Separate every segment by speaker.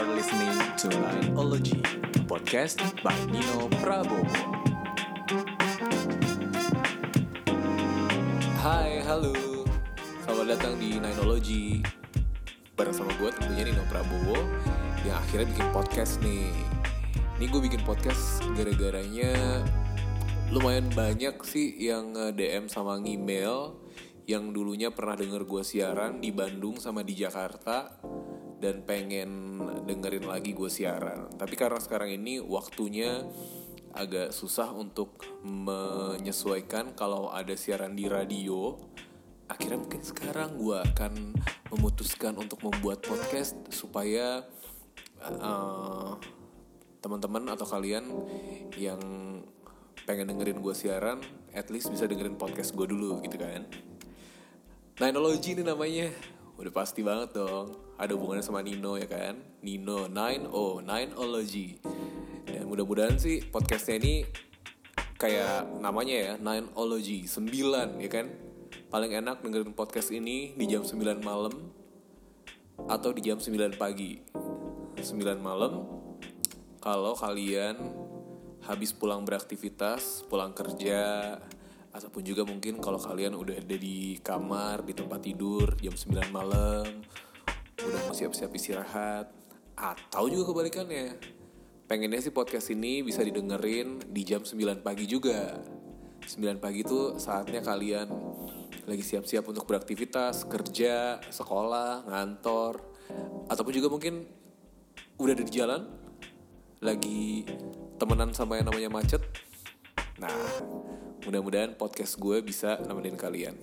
Speaker 1: are listening to Nineology, podcast by Nino Prabowo.
Speaker 2: Hai, halo. Selamat datang di Nineology. Bareng sama gue tentunya Nino Prabowo yang akhirnya bikin podcast nih. Ini gue bikin podcast gara-garanya lumayan banyak sih yang DM sama ngemail yang dulunya pernah denger gue siaran di Bandung sama di Jakarta dan pengen dengerin lagi gue siaran. Tapi karena sekarang ini waktunya agak susah untuk menyesuaikan kalau ada siaran di radio, akhirnya mungkin sekarang gue akan memutuskan untuk membuat podcast supaya teman-teman atau kalian yang pengen dengerin gue siaran at least bisa dengerin podcast gue dulu gitu kan. Nineology ini namanya udah pasti banget dong, ada hubungannya sama Nino ya kan. Nino, Nineology. Dan mudah-mudahan sih podcastnya ini kayak namanya ya, Nineology, 9 ya kan. Paling enak dengerin podcast ini di jam 9 malam atau di jam 9 pagi. 9 malam kalau kalian habis pulang beraktivitas, pulang kerja, ataupun juga mungkin kalau kalian udah ada di kamar, di tempat tidur jam 9 malam, udah mau siap-siap istirahat, atau juga kebalikannya, pengennya sih podcast ini bisa didengerin di jam 9 pagi juga. 9 pagi itu saatnya kalian lagi siap-siap untuk beraktivitas, kerja, sekolah, ngantor, ataupun juga mungkin udah ada di jalan, lagi temenan sama yang namanya macet. Nah, mudah-mudahan podcast gue bisa nemenin kalian.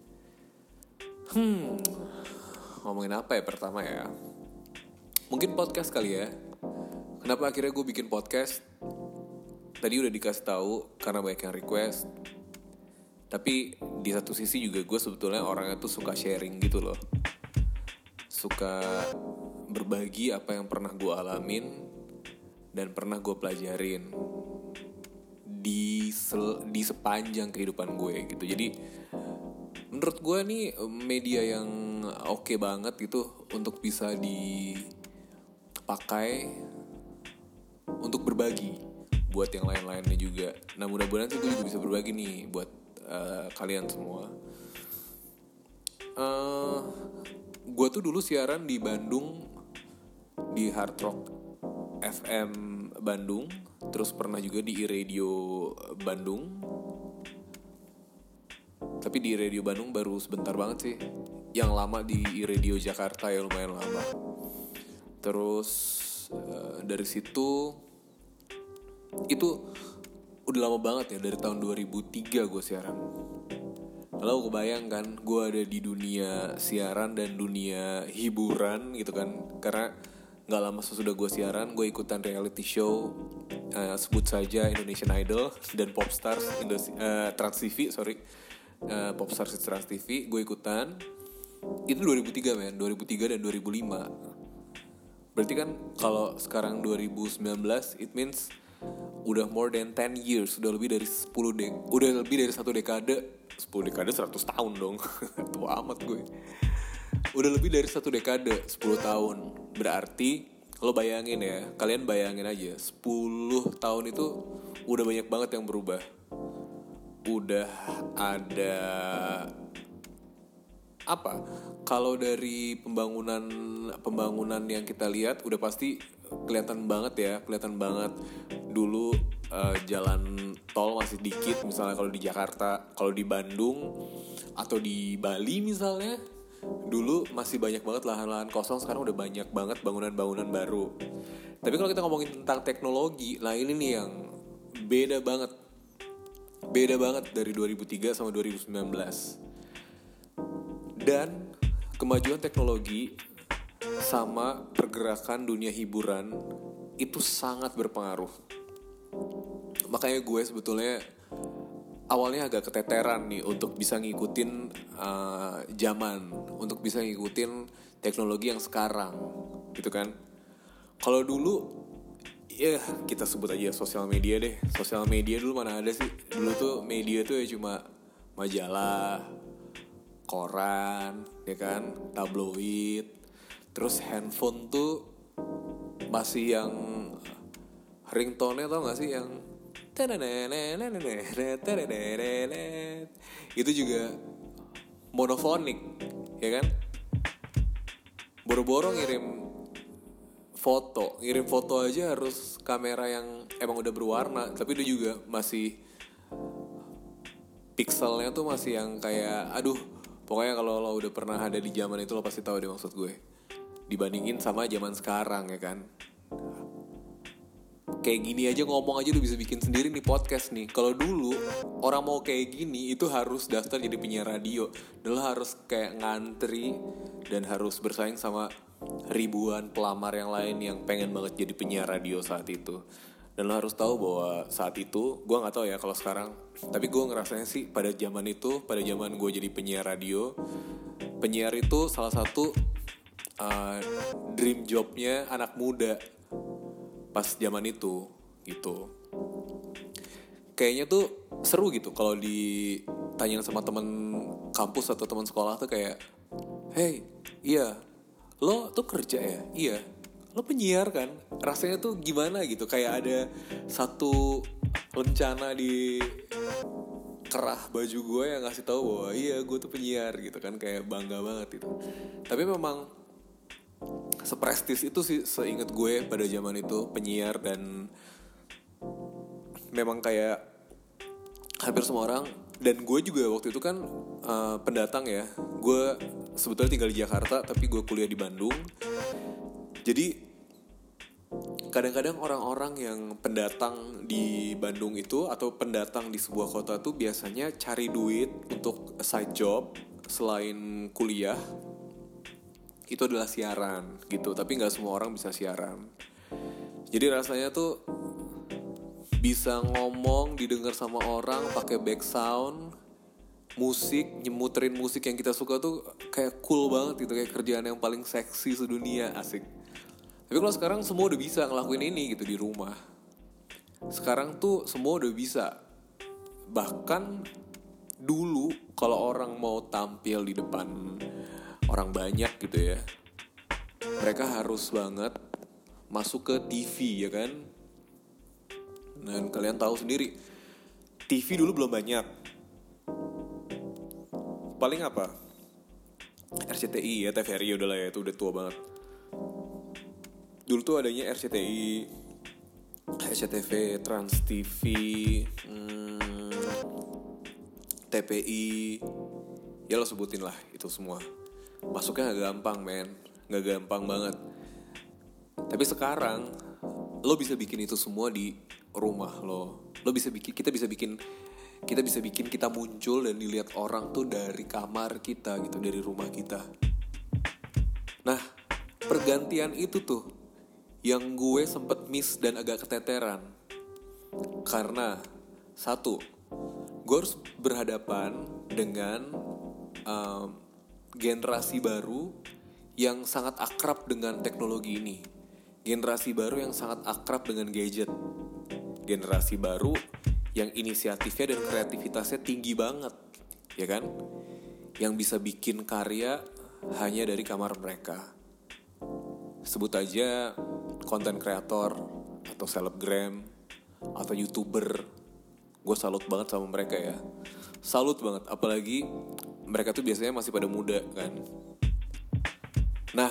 Speaker 2: Ngomongin apa ya pertama ya? Mungkin podcast kali ya. Kenapa akhirnya gue bikin podcast? Tadi udah dikasih tahu karena banyak yang request. Tapi di satu sisi juga gue sebetulnya orangnya tuh suka sharing gitu loh. Suka berbagi apa yang pernah gue alamin dan pernah gue pelajarin di sepanjang kehidupan gue gitu. Jadi menurut gue nih media yang oke banget gitu untuk bisa dipakai untuk berbagi buat yang lain-lainnya juga. Nah mudah-mudahan sih gue juga bisa berbagi nih buat kalian semua. Gue tuh dulu siaran di Bandung di Hard Rock FM Bandung, terus pernah juga di iRadio Bandung. Tapi di iRadio Bandung baru sebentar banget sih. Yang lama di iRadio Jakarta ya lumayan lama. Terus dari situ itu udah lama banget ya, dari tahun 2003 gue siaran. Lalu kebayang kan gue ada di dunia siaran dan dunia hiburan gitu kan. Karena gak lama sesudah gue siaran, gue ikutan reality show, sebut saja Indonesian Idol dan Popstars Trans TV, Popstars Trans TV, gue ikutan. Itu 2003 men, 2003 dan 2005. Berarti kan kalau sekarang 2019, it means udah more than 10 years, udah lebih dari 1 dekade. 10 dekade 100 tahun dong. Tua amat gue. Udah lebih dari 1 dekade, 10 tahun. Berarti lo bayangin ya, kalian bayangin aja 10 tahun itu udah banyak banget yang berubah. Udah ada apa? Kalau dari pembangunan yang kita lihat udah pasti kelihatan banget dulu jalan tol masih dikit, misalnya kalau di Jakarta, kalau di Bandung atau di Bali misalnya. Dulu masih banyak banget lahan-lahan kosong, sekarang udah banyak banget bangunan-bangunan baru. Tapi kalau kita ngomongin tentang teknologi, nah ini nih yang beda banget dari 2003 sama 2019. Dan kemajuan teknologi sama pergerakan dunia hiburan itu sangat berpengaruh. Makanya gue sebetulnya awalnya agak keteteran nih untuk bisa ngikutin zaman, untuk bisa ngikutin teknologi yang sekarang, gitu kan. Kalau dulu, ya kita sebut aja sosial media deh. Sosial media dulu mana ada sih? Dulu tuh media tuh ya cuma majalah, koran, ya kan, tabloid. Terus handphone tuh masih yang ringtone-nya tau gak sih yang itu juga monofonik, ya kan? Boro-boro ngirim foto aja harus kamera yang emang udah berwarna, tapi itu juga masih pixelnya tuh masih yang kayak pokoknya kalau lo udah pernah ada di zaman itu lo pasti tahu deh maksud gue. Dibandingin sama zaman sekarang, ya kan? Kayak gini aja ngomong aja udah bisa bikin sendiri nih podcast nih. Kalau dulu orang mau kayak gini itu harus daftar jadi penyiar radio, dan lo harus kayak ngantri dan harus bersaing sama ribuan pelamar yang lain yang pengen banget jadi penyiar radio saat itu. Dan lo harus tahu bahwa saat itu, gue nggak tahu ya kalau sekarang, tapi gue ngerasanya sih pada zaman itu, pada zaman gue jadi penyiar radio, penyiar itu salah satu dream jobnya anak muda pas zaman itu gitu. Kayaknya tuh seru gitu kalau ditanyain sama teman kampus atau teman sekolah tuh kayak, hey, iya, lo tuh kerja ya? Iya. Lo penyiar kan? Rasanya tuh gimana gitu? Kayak ada satu lencana di kerah baju gue yang ngasih tahu bahwa iya gue tuh penyiar gitu kan, kayak bangga banget itu. Tapi memang seprestis itu sih seingat gue pada zaman itu penyiar, dan memang kayak hampir semua orang, dan gue juga waktu itu kan pendatang ya. Gue sebetulnya tinggal di Jakarta tapi gue kuliah di Bandung. Jadi kadang-kadang orang-orang yang pendatang di Bandung itu atau pendatang di sebuah kota tuh biasanya cari duit untuk side job selain kuliah. Itu adalah siaran gitu, tapi gak semua orang bisa siaran. Jadi rasanya tuh bisa ngomong, didengar sama orang, pakai back sound, musik, nyemuterin musik yang kita suka tuh kayak cool banget gitu, kayak kerjaan yang paling seksi sedunia, asik. Tapi kalau sekarang semua udah bisa ngelakuin ini gitu di rumah. Sekarang tuh semua udah bisa. Bahkan dulu kalau orang mau tampil di depan orang banyak gitu ya, mereka harus banget masuk ke TV, ya kan? Dan kalian tahu sendiri, TV dulu belum banyak. Paling apa? RCTI ya, TVRI udahlah ya, itu udah tua banget. Dulu tuh adanya RCTI, SCTV, Trans TV, TPI, ya lo sebutin lah itu semua. Masuknya gak gampang men, gak gampang banget. Tapi sekarang lo bisa bikin itu semua di rumah lo. Kita bisa bikin kita muncul dan dilihat orang tuh dari kamar kita gitu, dari rumah kita. Nah, pergantian itu tuh yang gue sempet miss dan agak keteteran. Karena satu, gue harus berhadapan dengan generasi baru yang sangat akrab dengan teknologi ini. Generasi baru yang sangat akrab dengan gadget. Generasi baru yang inisiatifnya dan kreativitasnya tinggi banget, ya kan? Yang bisa bikin karya hanya dari kamar mereka. Sebut aja konten kreator atau selebgram atau YouTuber. Gue salut banget sama mereka ya. Salut banget, apalagi mereka tuh biasanya masih pada muda kan. Nah,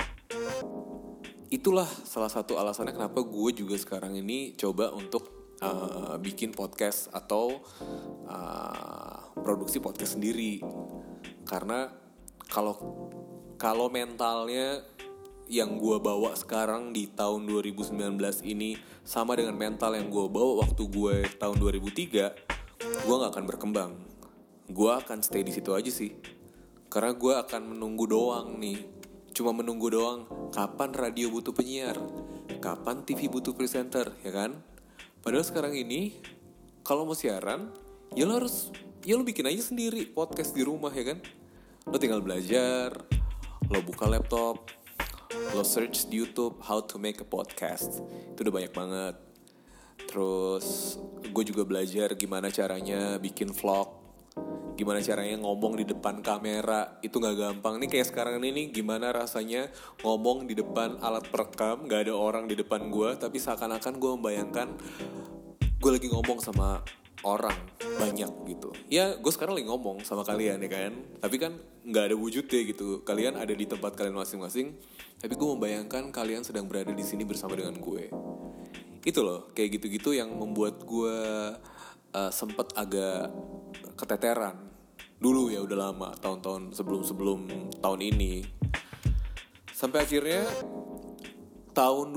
Speaker 2: itulah salah satu alasannya kenapa gue juga sekarang ini coba untuk bikin podcast atau produksi podcast sendiri. Karena kalau mentalnya yang gue bawa sekarang di tahun 2019 ini sama dengan mental yang gue bawa waktu gue tahun 2003, gue gak akan berkembang. Gue akan stay di situ aja sih. Karena gue akan menunggu doang nih. Cuma menunggu doang kapan radio butuh penyiar, kapan TV butuh presenter, ya kan? Padahal sekarang ini kalau mau siaran, ya lo bikin aja sendiri podcast di rumah, ya kan? Lo tinggal belajar, lo buka laptop, lo search di YouTube how to make a podcast. Itu udah banyak banget. Terus gue juga belajar gimana caranya bikin vlog, gimana caranya ngomong di depan kamera, itu gak gampang. Nih kayak sekarang ini gimana rasanya ngomong di depan alat perekam, gak ada orang di depan gue, tapi seakan-akan gue membayangkan gue lagi ngomong sama orang banyak gitu. Ya gue sekarang lagi ngomong sama kalian ya kan, tapi kan gak ada wujudnya gitu. Kalian ada di tempat kalian masing-masing, tapi gue membayangkan kalian sedang berada di sini bersama dengan gue. Itu loh, kayak gitu-gitu yang membuat gue sempet agak keteteran dulu ya, udah lama, tahun-tahun sebelum tahun ini. Sampai akhirnya tahun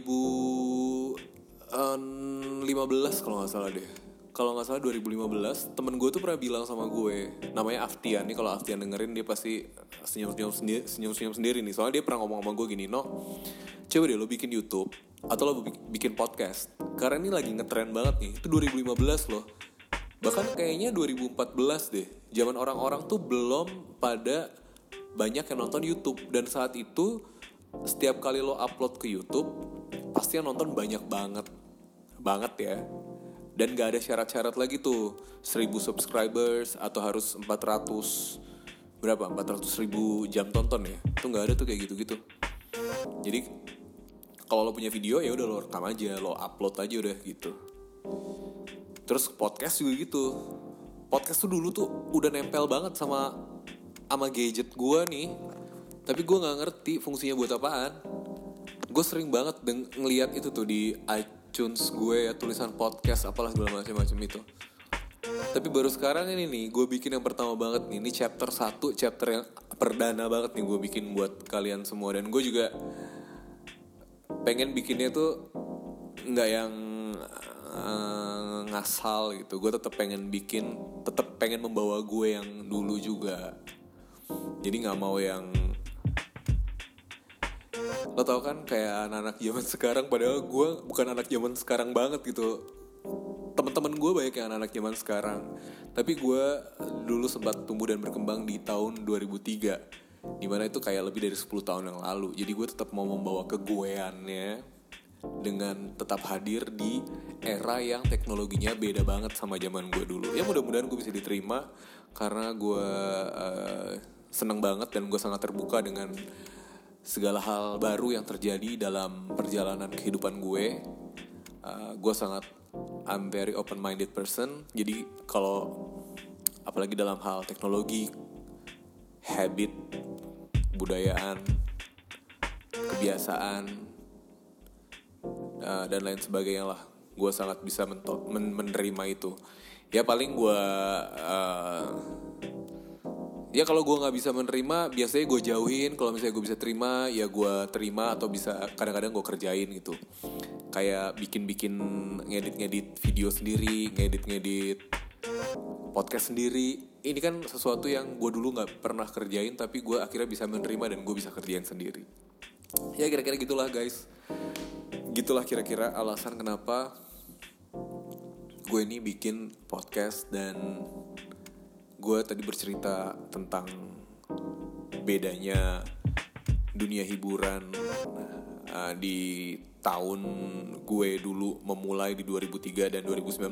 Speaker 2: 2015 kalau nggak salah deh. Kalau nggak salah 2015, temen gue tuh pernah bilang sama gue, namanya Aftian nih. Kalau Aftian dengerin dia pasti senyum-senyum sendiri nih. Soalnya dia pernah ngomong sama gue gini, "No, coba deh lo bikin YouTube atau lo bikin podcast. Karena ini lagi ngetren banget nih." Itu 2015 loh. Bahkan kayaknya 2014 deh. Zaman orang-orang tuh belum pada banyak yang nonton YouTube. Dan saat itu setiap kali lo upload ke YouTube pasti yang nonton banyak banget ya. Dan gak ada syarat-syarat lagi tuh 1000 subscribers atau harus 400 ribu jam tonton ya. Itu gak ada tuh kayak gitu-gitu. Jadi kalau lo punya video ya udah lo rekam aja, lo upload aja udah gitu. Terus podcast juga gitu. Podcast tuh dulu tuh udah nempel banget sama gadget gue nih. Tapi gue gak ngerti fungsinya buat apaan. Gue sering banget ngeliat itu tuh di iTunes gue ya, tulisan podcast apalah segala macam itu. Tapi baru sekarang ini nih gue bikin yang pertama banget nih. Ini chapter 1, chapter yang perdana banget nih gue bikin buat kalian semua. Dan gue juga pengen bikinnya tuh gak yang ngasal gitu. Gue tetap pengen membawa gue yang dulu juga. Jadi gak mau yang, lo tau kan kayak anak-anak zaman sekarang, padahal gue bukan anak zaman sekarang banget gitu. Teman-teman gue banyak yang anak-anak zaman sekarang, tapi gue dulu sempat tumbuh dan berkembang di tahun 2003, dimana itu kayak lebih dari 10 tahun yang lalu. Jadi gue tetap mau membawa kegueannya dengan tetap hadir di era yang teknologinya beda banget sama zaman gue dulu. Ya mudah-mudahan gue bisa diterima, karena gue seneng banget dan gue sangat terbuka dengan segala hal baru yang terjadi dalam perjalanan kehidupan gue. I'm very open-minded person. Jadi kalau apalagi dalam hal teknologi, habit, budayaan, kebiasaan, dan lain sebagainya lah, gue sangat bisa menerima itu. Ya paling gue ya kalau gue nggak bisa menerima, biasanya gue jauhin. Kalau misalnya gue bisa terima, ya gue terima, atau bisa kadang-kadang gue kerjain gitu. Kayak bikin ngedit video sendiri, ngedit podcast sendiri. Ini kan sesuatu yang gue dulu nggak pernah kerjain, tapi gue akhirnya bisa menerima dan gue bisa kerjain sendiri. Ya kira-kira gitulah guys. Gitulah kira-kira alasan kenapa gue ini bikin podcast. Dan gue tadi bercerita tentang bedanya dunia hiburan di tahun gue dulu memulai di 2003 dan 2019.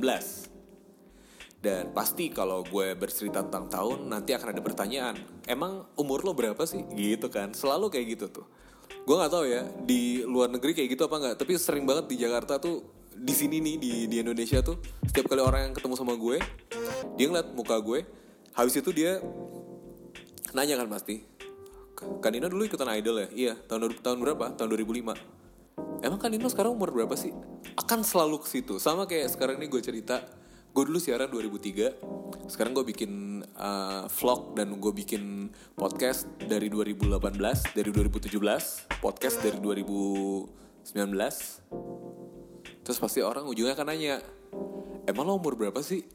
Speaker 2: Dan pasti kalau gue bercerita tentang tahun, nanti akan ada pertanyaan, emang umur lo berapa sih? Gitu kan, selalu kayak gitu tuh. Gue gak tahu ya di luar negeri kayak gitu apa gak, tapi sering banget di Jakarta tuh, di sini nih di Indonesia tuh, setiap kali orang yang ketemu sama gue, dia ngeliat muka gue, habis itu dia nanya kan pasti, Kak Nino dulu ikutan Idol ya? Iya, tahun berapa? Tahun 2005. Emang Kak Nino sekarang umur berapa sih? Akan selalu ke situ. Sama kayak sekarang ini gue cerita, gue dulu siaran 2003, sekarang gue bikin vlog dan gue bikin podcast dari 2018, dari 2017, podcast dari 2019. Terus pasti orang ujungnya akan nanya, emang lo umur berapa sih?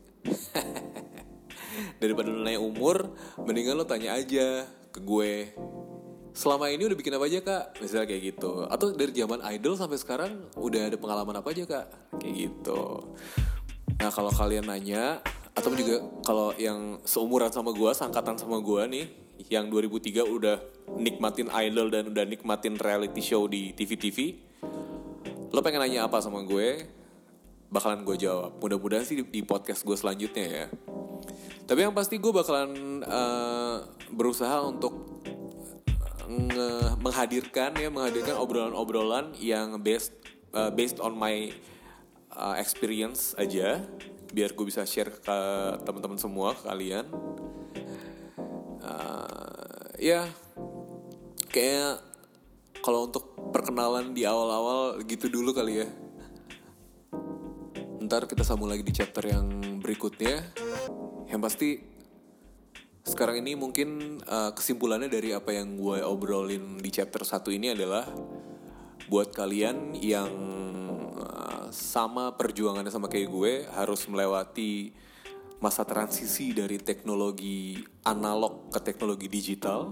Speaker 2: Daripada lo nanya umur, mendingan lo tanya aja ke gue, selama ini udah bikin apa aja kak? Misalnya kayak gitu. Atau dari zaman Idol sampai sekarang udah ada pengalaman apa aja kak? Kayak gitu. Nah kalau kalian nanya, atau juga kalau yang seumuran sama gue, seangkatan sama gue nih, yang 2003 udah nikmatin Idol dan udah nikmatin reality show di TV-TV, lo pengen nanya apa sama gue? Bakalan gue jawab. Mudah-mudahan sih di podcast gue selanjutnya ya. Tapi yang pasti gue bakalan berusaha untuk menghadirkan obrolan-obrolan yang based on my experience aja, biar gue bisa share ke teman-teman semua, ke kalian. Ya, kayak kalau untuk perkenalan di awal-awal gitu dulu kali ya. Ntar kita sambung lagi di chapter yang berikutnya. Yang pasti sekarang ini mungkin kesimpulannya dari apa yang gue obrolin di chapter 1 ini adalah buat kalian yang sama perjuangannya sama kayak gue, harus melewati masa transisi dari teknologi analog ke teknologi digital,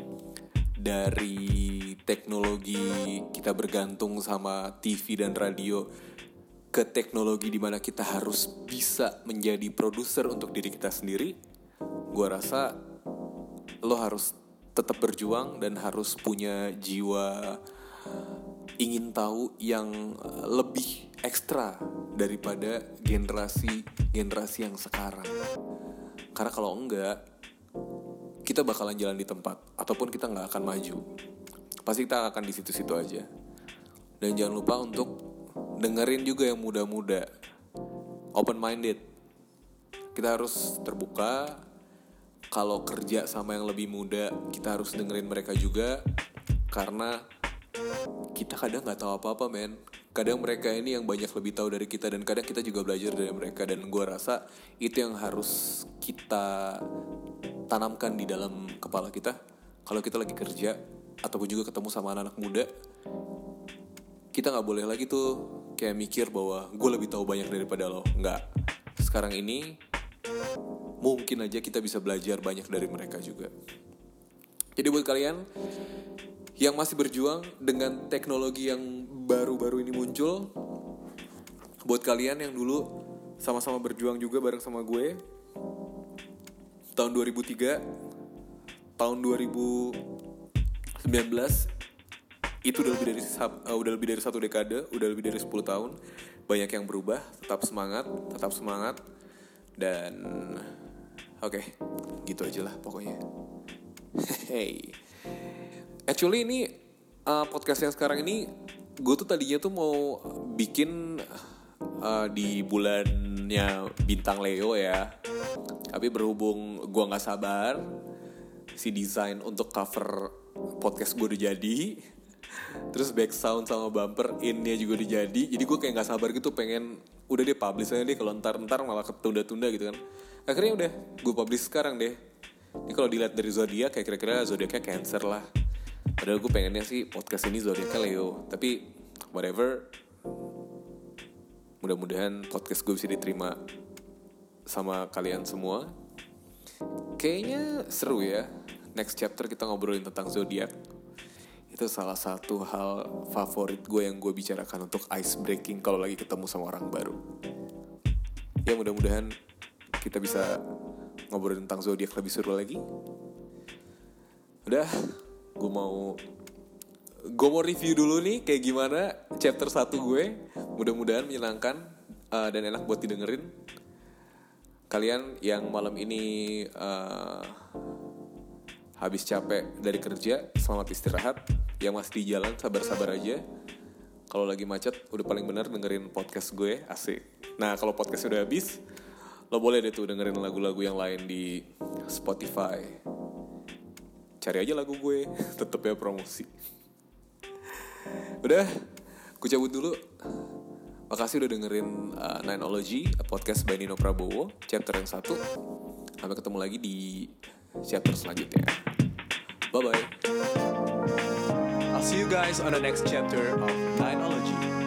Speaker 2: dari teknologi kita bergantung sama TV dan radio ke teknologi di mana kita harus bisa menjadi produser untuk diri kita sendiri. Gue rasa lo harus tetap berjuang dan harus punya jiwa ingin tahu yang lebih ekstra daripada generasi yang sekarang. Karena kalau enggak, kita bakalan jalan di tempat ataupun kita nggak akan maju. Pasti kita akan di situ-situ aja. Dan jangan lupa untuk dengerin juga yang muda-muda, open minded. Kita harus terbuka. Kalau kerja sama yang lebih muda, kita harus dengerin mereka juga, karena kita kadang nggak tahu apa-apa, men. Kadang mereka ini yang banyak lebih tahu dari kita, dan kadang kita juga belajar dari mereka. Dan gue rasa itu yang harus kita tanamkan di dalam kepala kita. Kalau kita lagi kerja ataupun juga ketemu sama anak-anak muda, kita nggak boleh lagi tuh kayak mikir bahwa gue lebih tahu banyak daripada lo. Nggak. Sekarang ini mungkin aja kita bisa belajar banyak dari mereka juga. Jadi buat kalian yang masih berjuang dengan teknologi yang baru-baru ini muncul, buat kalian yang dulu sama-sama berjuang juga bareng sama gue, tahun 2003, tahun 2019, itu udah lebih dari 1 dekade, udah lebih dari 10 tahun. Banyak yang berubah, tetap semangat. Dan oke, gitu aja lah pokoknya. Hey, actually ini podcast yang sekarang ini gue tuh tadinya tuh mau bikin di bulannya bintang Leo ya. Tapi berhubung gue nggak sabar, si desain untuk cover podcast gue udah jadi, terus back sound sama bumper in-nya juga udah jadi. Jadi gue kayak nggak sabar gitu, pengen udah deh publish aja deh, kalau ntar malah ketunda-tunda gitu kan. Akhirnya udah gue publish sekarang deh. Ini kalau dilihat dari zodiak, kayak kira-kira zodiaknya Cancer lah. Padahal gue pengennya sih podcast ini zodiaknya Leo. Tapi whatever, mudah-mudahan podcast gue bisa diterima sama kalian semua. Kayaknya seru ya. Next chapter kita ngobrolin tentang zodiak. Itu salah satu hal favorit gue yang gue bicarakan untuk ice breaking kalau lagi ketemu sama orang baru. Ya mudah-mudahan kita bisa ngobrolin tentang zodiak lebih seru lagi. Udah, gue mau review dulu nih kayak gimana chapter 1 gue. Mudah-mudahan menyenangkan dan enak buat didengerin. Kalian yang malam ini habis capek dari kerja, selamat istirahat. Yang masih di jalan, sabar-sabar aja. Kalau lagi macet, udah paling benar dengerin podcast gue, asik. Nah, kalau podcast udah habis, lo boleh deh tuh dengerin lagu-lagu yang lain di Spotify. Cari aja lagu gue, tetep ya promosi. Udah, gue cabut dulu. Makasih udah dengerin Nineology, podcast by Nino Prabowo, chapter yang 1. Sampai ketemu lagi di chapter selanjutnya. Bye-bye.
Speaker 1: I'll see you guys on the next chapter of Nineology.